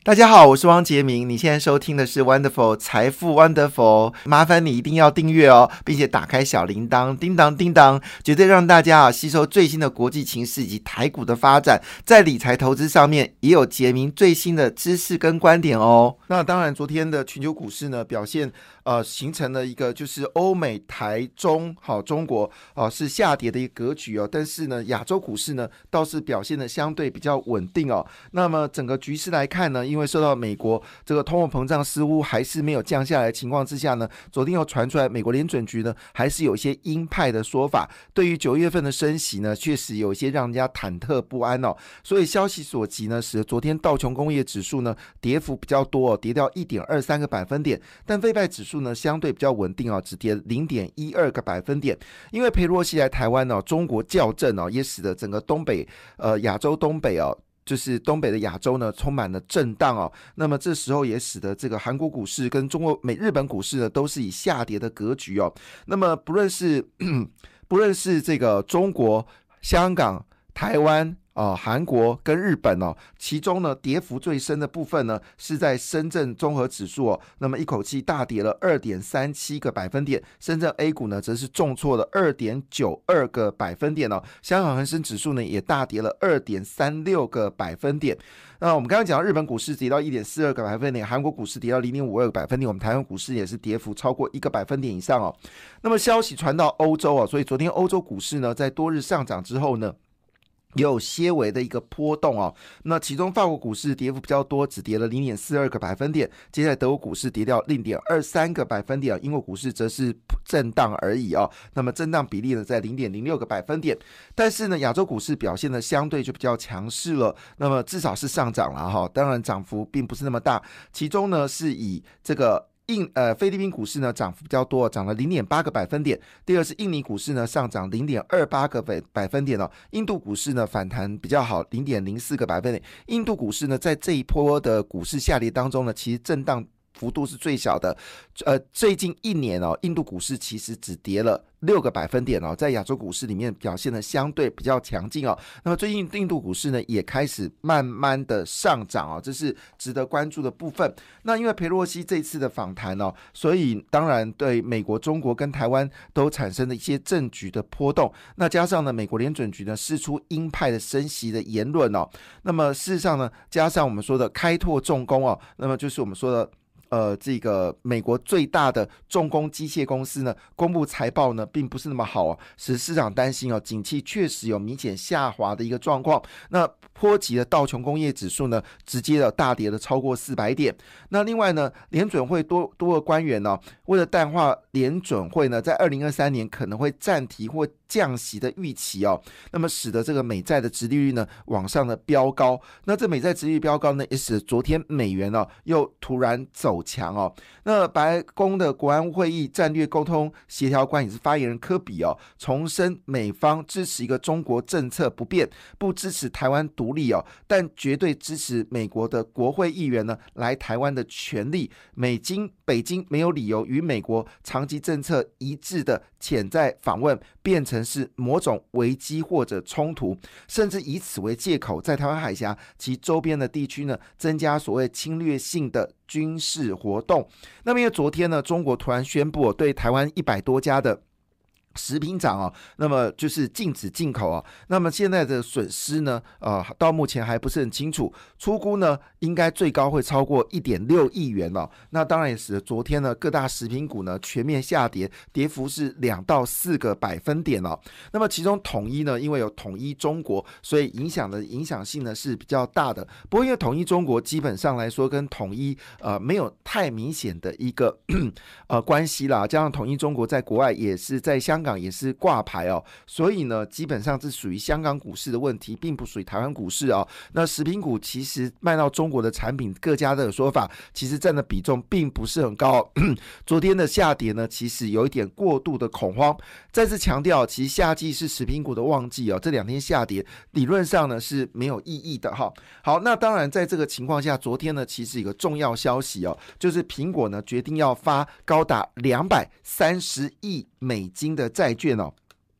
大家好，我是汪杰明，你现在收听的是 Wonderful 财富 Wonderful， 麻烦你一定要订阅哦，并且打开小铃铛，叮当叮当，绝对让大家吸收最新的国际情势以及台股的发展，在理财投资上面也有杰明最新的知识跟观点哦。那当然，昨天的全球股市呢表现形成了一个就是欧美台中中国是下跌的一个格局哦，但是呢亚洲股市呢倒是表现的相对比较稳定哦。那么整个局势来看呢，因为受到美国这个通货膨胀似乎还是没有降下来的情况之下呢，昨天又传出来美国联准局呢还是有一些鹰派的说法，对于9月份的升息呢确实有一些让人家忐忑不安哦。所以消息所及呢，使得昨天道琼工业指数呢跌幅比较多哦，跌掉 1.23 个百分点，但费半指数呢相对比较稳定哦，只跌 0.12 个百分点。因为裴洛西来台湾哦，中国校正哦，也使得整个东北亚洲东北哦，就是东北的亚洲呢充满了震荡哦。那么这时候也使得这个韩国股市跟日本股市呢都是以下跌的格局哦。那么不论是这个中国、香港、台湾韩国跟日本哦，其中呢跌幅最深的部分呢是在深圳综合指数哦，那么一口气大跌了 2.37 个百分点，深圳 A 股呢则是重挫了 2.92 个百分点哦，香港恒生指数呢也大跌了 2.36 个百分点。那我们刚刚讲到日本股市跌到 1.42 个百分点，韩国股市跌到 0.52 个百分点，我们台湾股市也是跌幅超过1个百分点以上哦。那么消息传到欧洲哦，所以昨天欧洲股市呢在多日上涨之后呢也有些微的一个波动哦。那其中法国股市跌幅比较多，只跌了 0.42 个百分点，接下来德国股市跌掉 0.23 个百分点，英国股市则是震荡而已哦。那么震荡比例呢在 0.06 个百分点，但是呢亚洲股市表现的相对就比较强势了，那么至少是上涨了哈，当然涨幅并不是那么大，其中呢是以这个菲律宾股市呢涨幅比较多，涨了 0.8 个百分点。第二是印尼股市呢上涨 0.28 个百分点哦。印度股市呢反弹比较好 0.04 个百分点。印度股市呢在这一波的股市下跌当中呢，其实震荡幅度是最小的。最近一年哦，印度股市其实只跌了6个百分点哦，在亚洲股市里面表现的相对比较强劲哦。那么最近印度股市呢也开始慢慢的上涨哦，这是值得关注的部分。那因为裴洛西这次的访谈哦，所以当然对美国、中国跟台湾都产生了一些政局的波动。那加上呢，美国联准局呢释出鹰派的升息的言论哦，那么事实上呢，加上我们说的开拓重工哦，那么就是我们说的。这个美国最大的重工机械公司呢，公布财报呢，并不是那么好哦，使市场担心哦，景气确实有明显下滑的一个状况。那波及的道琼工业指数呢，直接的大跌了超过400点。那另外呢，联准会多个官员呢，为了淡化联准会呢，在2023年可能会暂停或降息的预期哦，那么使得这个美债的殖利率呢往上的飙高。那这美债殖利率飙高呢，也使得昨天美元哦又突然走强哦。那白宫的国安会议战略沟通协调官也是发言人科比哦，重申美方支持一个中国政策不变，不支持台湾独立哦，但绝对支持美国的国会议员呢来台湾的权利。北京没有理由与美国长期政策一致的潜在访问变成是某种危机或者冲突，甚至以此为借口，在台湾海峡及周边的地区呢增加所谓侵略性的军事活动。那么因为昨天呢，中国突然宣布对台湾100多家的食品厂哦，那么就是禁止进口哦。那么现在的损失呢，到目前还不是很清楚，初估呢应该最高会超过 1.6 亿元哦。那当然也使得昨天呢各大食品股呢全面下跌，跌幅是2到4个百分点哦。那么其中统一呢，因为有统一中国，所以影响性呢是比较大的。不过因为统一中国基本上来说跟统一没有太明显的一个关系啦，加上统一中国在国外也是在香港也是挂牌哦，所以呢基本上是属于香港股市的问题，并不属于台湾股市哦。那食品股其实卖到中国的产品，各家的说法其实占的比重并不是很高哦。昨天的下跌呢，其实有一点过度的恐慌。再次强调，其实夏季是食品股的旺季哦，这2天下跌理论上呢是没有意义的哈。好，那当然在这个情况下，昨天呢其实有一个重要消息哦，就是苹果呢决定要发高达230亿美金的债券哦，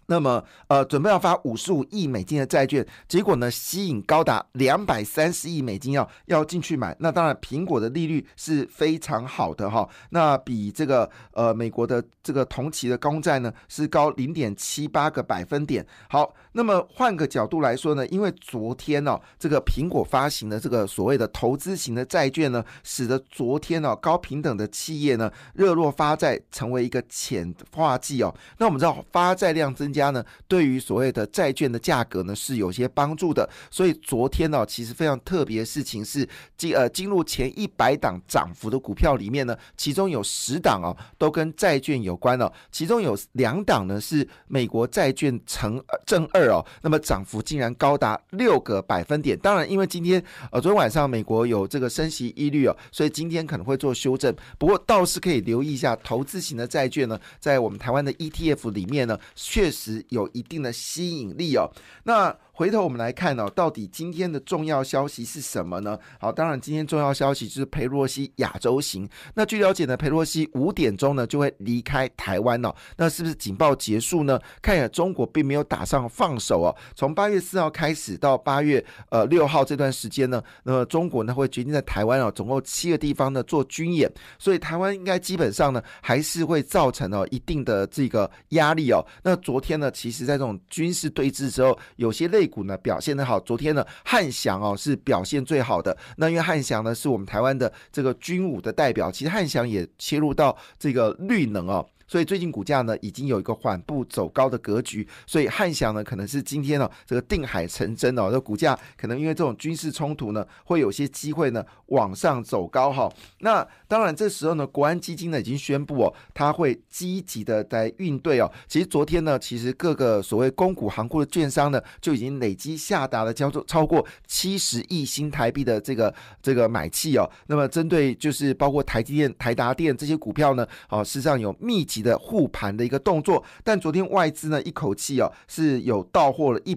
那么准备要发55亿美金的债券，结果呢吸引高达230亿美金要进去买。那当然苹果的利率是非常好的哈，那比这个美国的这个同期的公债呢是高0.78个百分点。好，那么换个角度来说呢，因为昨天这个苹果发行的这个所谓的投资型的债券呢，使得昨天高评等的企业呢热络发债成为一个潜化剂那我们知道发债量增加呢，对于所谓的债券的价格呢是有些帮助的。所以昨天其实非常特别的事情是进入前100档涨幅的股票里面呢，其中有10档都跟债券有关其中有2档呢是美国债券正2那么涨幅竟然高达6个百分点。当然因为今天昨天晚上美国有这个升息疑虑所以今天可能会做修正，不过倒是可以留意一下投资型的债券呢，在我们台湾的 ETF 里面呢确实有一定的吸引力那回头我们来看到底今天的重要消息是什么呢？好，当然今天重要消息就是裴洛西亚洲行。那据了解呢，裴洛西5点钟呢就会离开台湾那是不是警报结束呢？看起来中国并没有打上放手从8月4号开始到8月6号这段时间呢，那么中国呢会决定在台湾总共7个地方呢做军演，所以台湾应该基本上呢还是会造成一定的这个压力那昨天呢，其实在这种军事对峙之后，有些类股呢表现得好。昨天呢，汉翔是表现最好的。那因为汉翔呢是我们台湾的这个军武的代表，其实汉翔也切入到这个绿能所以最近股价呢已经有一个缓步走高的格局，所以汉翔呢可能是今天这个定海神针这股价可能因为这种军事冲突呢会有些机会呢往上走高那当然这时候呢，国安基金呢已经宣布它会积极的来应对其实昨天呢，其实各个所谓公股行库的券商呢就已经累积下达了超过70亿新台币的这个买气那么针对就是包括台积电、台达电这些股票呢事实上有密集的护盘的一个动作，但昨天外资呢一口气是有到货了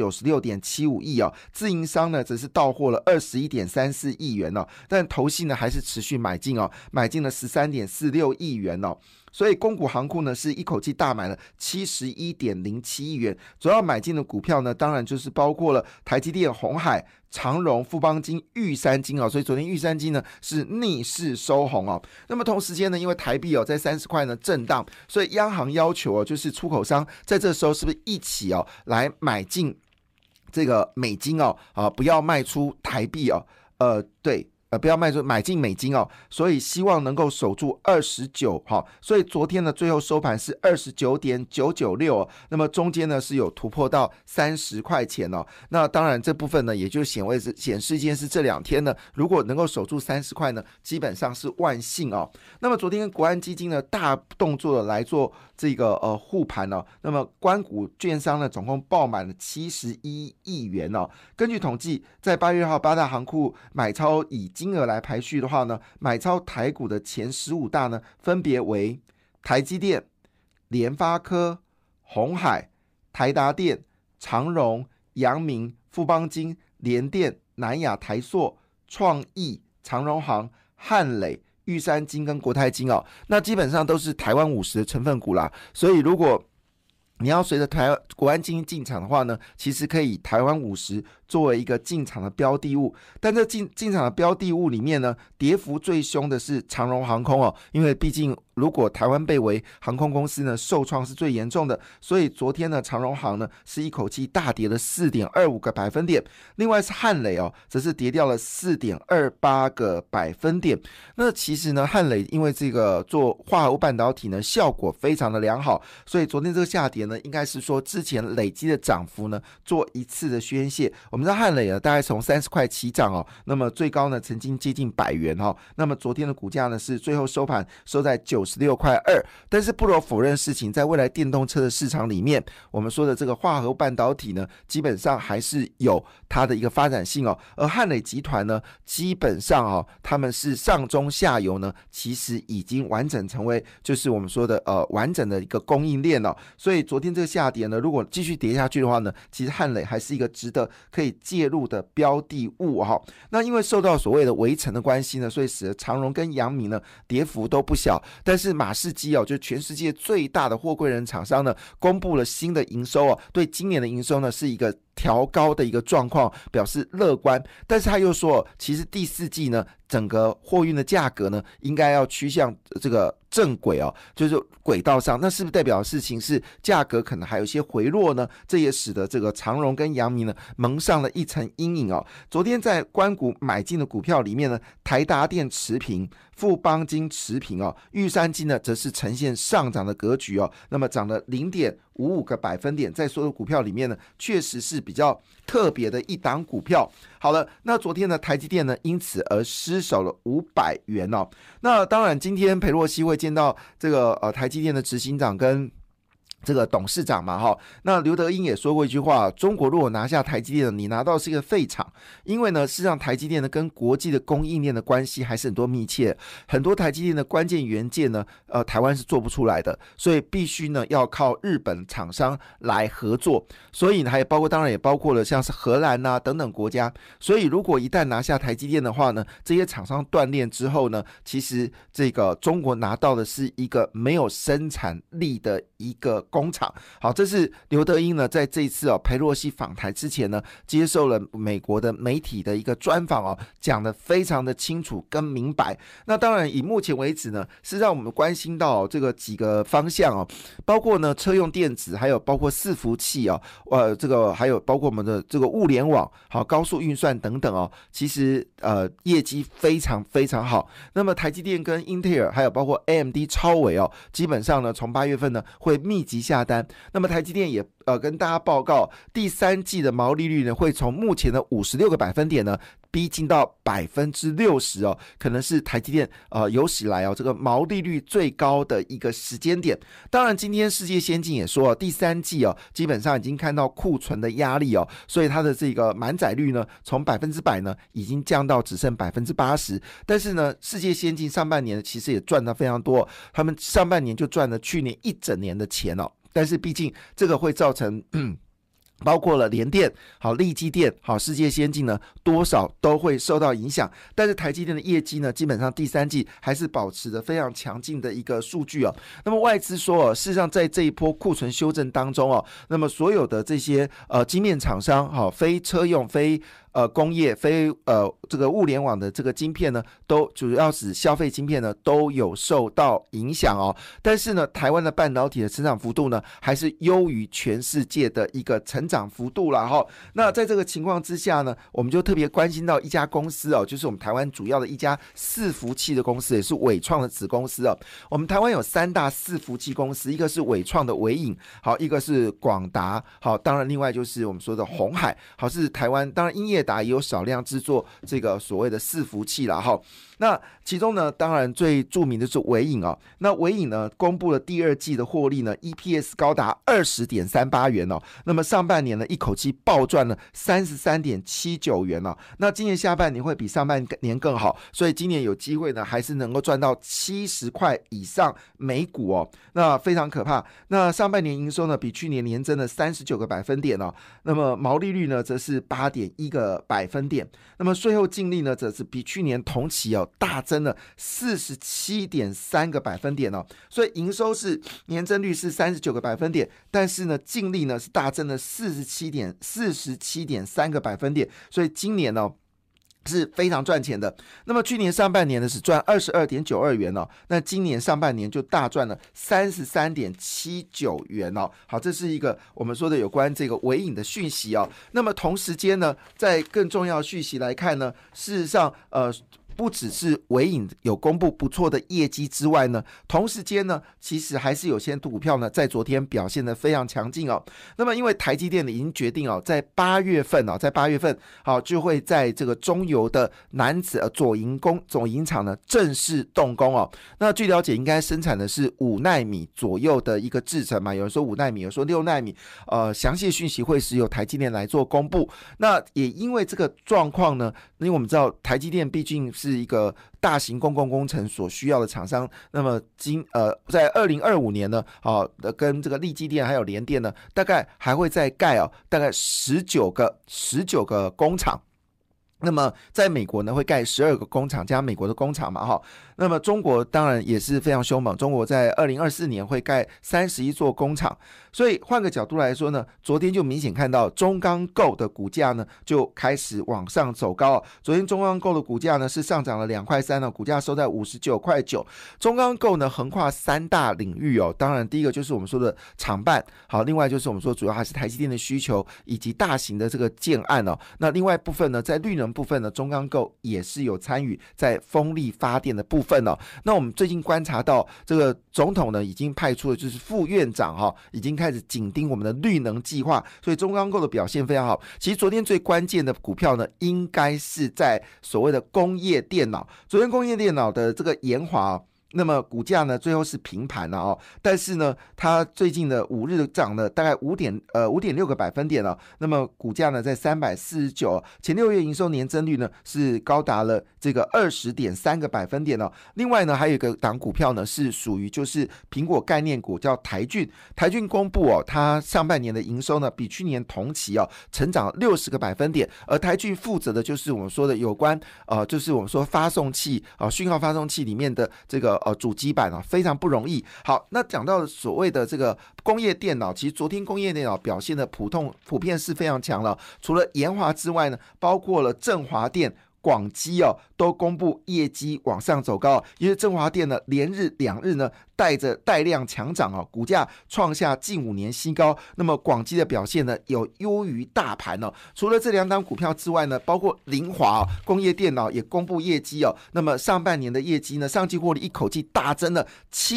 196.75亿自营商呢则是到货了21.34亿元但投信呢还是持续买进买进了13.46亿元所以公股行库呢是一口气大买了71.07亿元，主要买进的股票呢当然就是包括了台积电、鸿海、长荣、富邦金、玉山金所以昨天玉山金呢是逆势收红那么同时间呢，因为台币在30块呢震荡，所以央行要求就是出口商在这时候是不是一起来买进这个美金不要卖出台币对。不要买进美金所以希望能够守住29所以昨天呢最后收盘是29.996那么中间呢是有突破到30块钱那当然这部分呢也就显示一件事，这2天呢如果能够守住30块呢基本上是万幸那么昨天国安基金呢大动作的来做这个护盘那么官股券商呢总共爆满了71亿元根据统计，在8月号8大行库买超以金额来排序的话呢，买超台股的前15大呢，分别为台积电、联发科、鸿海、台达电、长荣、阳明、富邦金、联电、南亚、台塑、创意、长荣航、汉磊、玉山金跟国泰金那基本上都是台湾50的成分股啦。所以如果你要随着国安基金进场的话呢，其实可以台湾50作为一个进场的标的物，但这进场的标的物里面呢，跌幅最凶的是长荣航空因为毕竟如果台湾被为航空公司呢，受创是最严重的，所以昨天呢，长荣航呢是一口气大跌了 4.25 个百分点，另外是汉磊则是跌掉了 4.28 个百分点。那其实呢，汉磊因为这个做化合物半导体呢，效果非常的良好，所以昨天这个下跌呢，应该是说之前累积的涨幅呢，做一次的宣泄。我们知道汉磊大概从30块起涨那么最高呢曾经接近100元那么昨天的股价呢是最后收盘收在96块2，但是不容否认事情，在未来电动车的市场里面，我们说的这个化合物半导体呢，基本上还是有它的一个发展性而汉磊集团呢，基本上他们是上中下游呢，其实已经完整成为就是我们说的完整的一个供应链所以昨天这个下跌呢，如果继续跌下去的话呢，其实汉磊还是一个值得可以介入的标的物哈。那因为受到所谓的围城的关系呢，所以使得长荣跟阳明呢跌幅都不小。但是马士基就全世界最大的货柜人厂商呢，公布了新的营收对今年的营收呢是一个调高的一个状况，表示乐观。但是他又说，其实第四季呢，整个货运的价格呢，应该要趋向这个正轨就是轨道上。那是不是代表的事情是价格可能还有一些回落呢？这也使得这个长荣跟阳明呢蒙上了一层阴影昨天在官股买进的股票里面呢，台达电持平，富邦金持平玉山金呢则是呈现上涨的格局那么涨了0.55个百分点，在所有股票里面呢，确实是比较特别的一档股票。好了，那昨天呢，台积电呢因此而失守了500元那当然，今天裴洛西会见到这个台积电的执行长跟这个董事长嘛那刘德英也说过一句话，中国如果拿下台积电，你拿到是一个废厂。因为呢，事实上台积电呢跟国际的供应链的关系还是很多密切，很多台积电的关键元件呢台湾是做不出来的，所以必须呢要靠日本厂商来合作。所以呢，当然也包括了像是荷兰等等国家。所以如果一旦拿下台积电的话呢，这些厂商断链之后呢，其实这个中国拿到的是一个没有生产力的一个工厂。好，这是刘德英呢在这一次裴洛西访台之前呢，接受了美国的媒体的一个专访讲得非常的清楚跟明白。那当然以目前为止呢，是让我们关心到这个几个方向包括呢车用电子，还有包括伺服器这个还有包括我们的这个物联网，好，高速运算等等其实业绩非常非常好。那么台积电跟英特尔还有包括 AMD 超微基本上呢从8月份呢会密集下单。那么台积电也跟大家报告，第三季的毛利率呢会从目前的56个百分点呢逼近到60%可能是台积电有史以来这个毛利率最高的一个时间点。当然今天世界先进也说第三季基本上已经看到库存的压力所以它的这个满载率呢从100%呢已经降到只剩80%。但是呢，世界先进上半年其实也赚得非常多，他们上半年就赚了去年一整年的钱但是毕竟这个会造成包括了联电、好力积电、好世界先进呢，多少都会受到影响。但是台积电的业绩呢，基本上第三季还是保持着非常强劲的一个数据那么外资说事实上在这一波库存修正当中那么所有的这些晶片厂商非车用非工业非这个物联网的这个晶片呢，都主要是消费晶片呢都有受到影响但是呢，台湾的半导体的成长幅度呢，还是优于全世界的一个成长幅度啦那在这个情况之下呢，我们就特别关心到一家公司就是我们台湾主要的一家伺服器的公司，也是伟创的子公司我们台湾有3大伺服器公司，一个是伟创的伟影，好，一个是广达，好，当然另外就是我们说的鸿海，好，是台湾，当然英业达也有少量制作这个所谓的伺服器啦那其中呢，当然最著名的是伟影那伟影呢公布了第二季的获利呢 EPS 高达 20.38 元那么上半年呢一口气暴赚了 33.79 元那今年下半年会比上半年更好，所以今年有机会呢还是能够赚到70块以上每股那非常可怕。那上半年营收呢比去年年增了39个百分点那么毛利率呢则是 8.1 个百分点，那么税后净利呢则是比去年同期大增了 47.3 个百分点所以营收是年增率是39个百分点，但是呢净利呢是大增了 47.3 个百分点，所以今年是非常赚钱的。那么去年上半年呢是赚 22.92 元那今年上半年就大赚了 33.79 元好，这是一个我们说的有关这个伟影的讯息那么同时间呢，在更重要的讯息来看呢，事实上不只是伟影有公布不错的业绩之外呢，同时间呢，其实还是有些股票呢在昨天表现得非常强劲那么因为台积电已经决定在8月份就会在这个中油的楠梓左营厂呢正式动工那据了解应该生产的是5奈米左右的一个制程嘛，有人说5奈米，有人说6奈米详细讯息会是由台积电来做公布。那也因为这个状况呢，因为我们知道台积电毕竟是一个大型公共工程所需要的厂商。那么在2025年呢，跟这个力积电还有联电呢，大概还会再盖大概19个工厂。那么在美国呢，会盖12个工厂加美国的工厂嘛，那么中国当然也是非常凶猛，中国在2024年会盖31座工厂。所以换个角度来说呢，昨天就明显看到中钢构的股价呢就开始往上走高。昨天中钢构的股价呢是上涨了2.3块呢，股价收在59.9块。中钢构呢横跨3大领域当然第一个就是我们说的厂办，另外就是我们说主要还是台积电的需求以及大型的这个建案那另外部分呢，在绿能部分呢，中钢构也是有参与在风力发电的部分那我们最近观察到这个总统呢已经派出了就是副院长已经开始紧盯我们的绿能计划，所以中钢构的表现非常好。其实昨天最关键的股票呢，应该是在所谓的工业电脑。昨天工业电脑的这个研华那么股价呢最后是平盘了但是呢它最近的5日涨了大概5.6个百分点那么股价呢在349，前6月营收年增率呢是高达了这个20.3个百分点另外呢还有一个档股票呢是属于就是苹果概念股，叫台骏公布它上半年的营收呢比去年同期成长60个百分点，而台骏负责的就是我们说的有关就是我们说发送器讯号发送器里面的这个主机板非常不容易。好，那讲到所谓的这个工业电脑，其实昨天工业电脑表现的普遍是非常强了。除了研华之外呢，包括了振华电、广基都公布业绩往上走高，因为振华电呢连日2日呢带量强涨股价创下近5年新高。那么广基的表现呢有优于大盘除了这2档股票之外呢，包括凌华工业电脑也公布业绩那么上半年的业绩呢，上季获利一口气大增了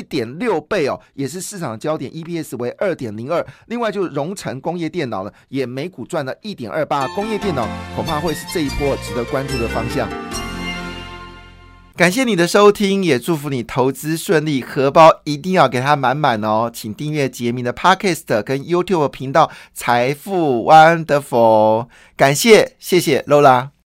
7.6 倍也是市场的焦点， EPS 为 2.02。 另外就是荣成工业电脑呢也每股赚了 1.28， 工业电脑恐怕会是这一波值得关注的方向。感谢你的收听，也祝福你投资顺利，荷包一定要给它满满请订阅杰明的 Podcast 跟 YouTube 频道财富 Wonderful。 谢谢 Lola。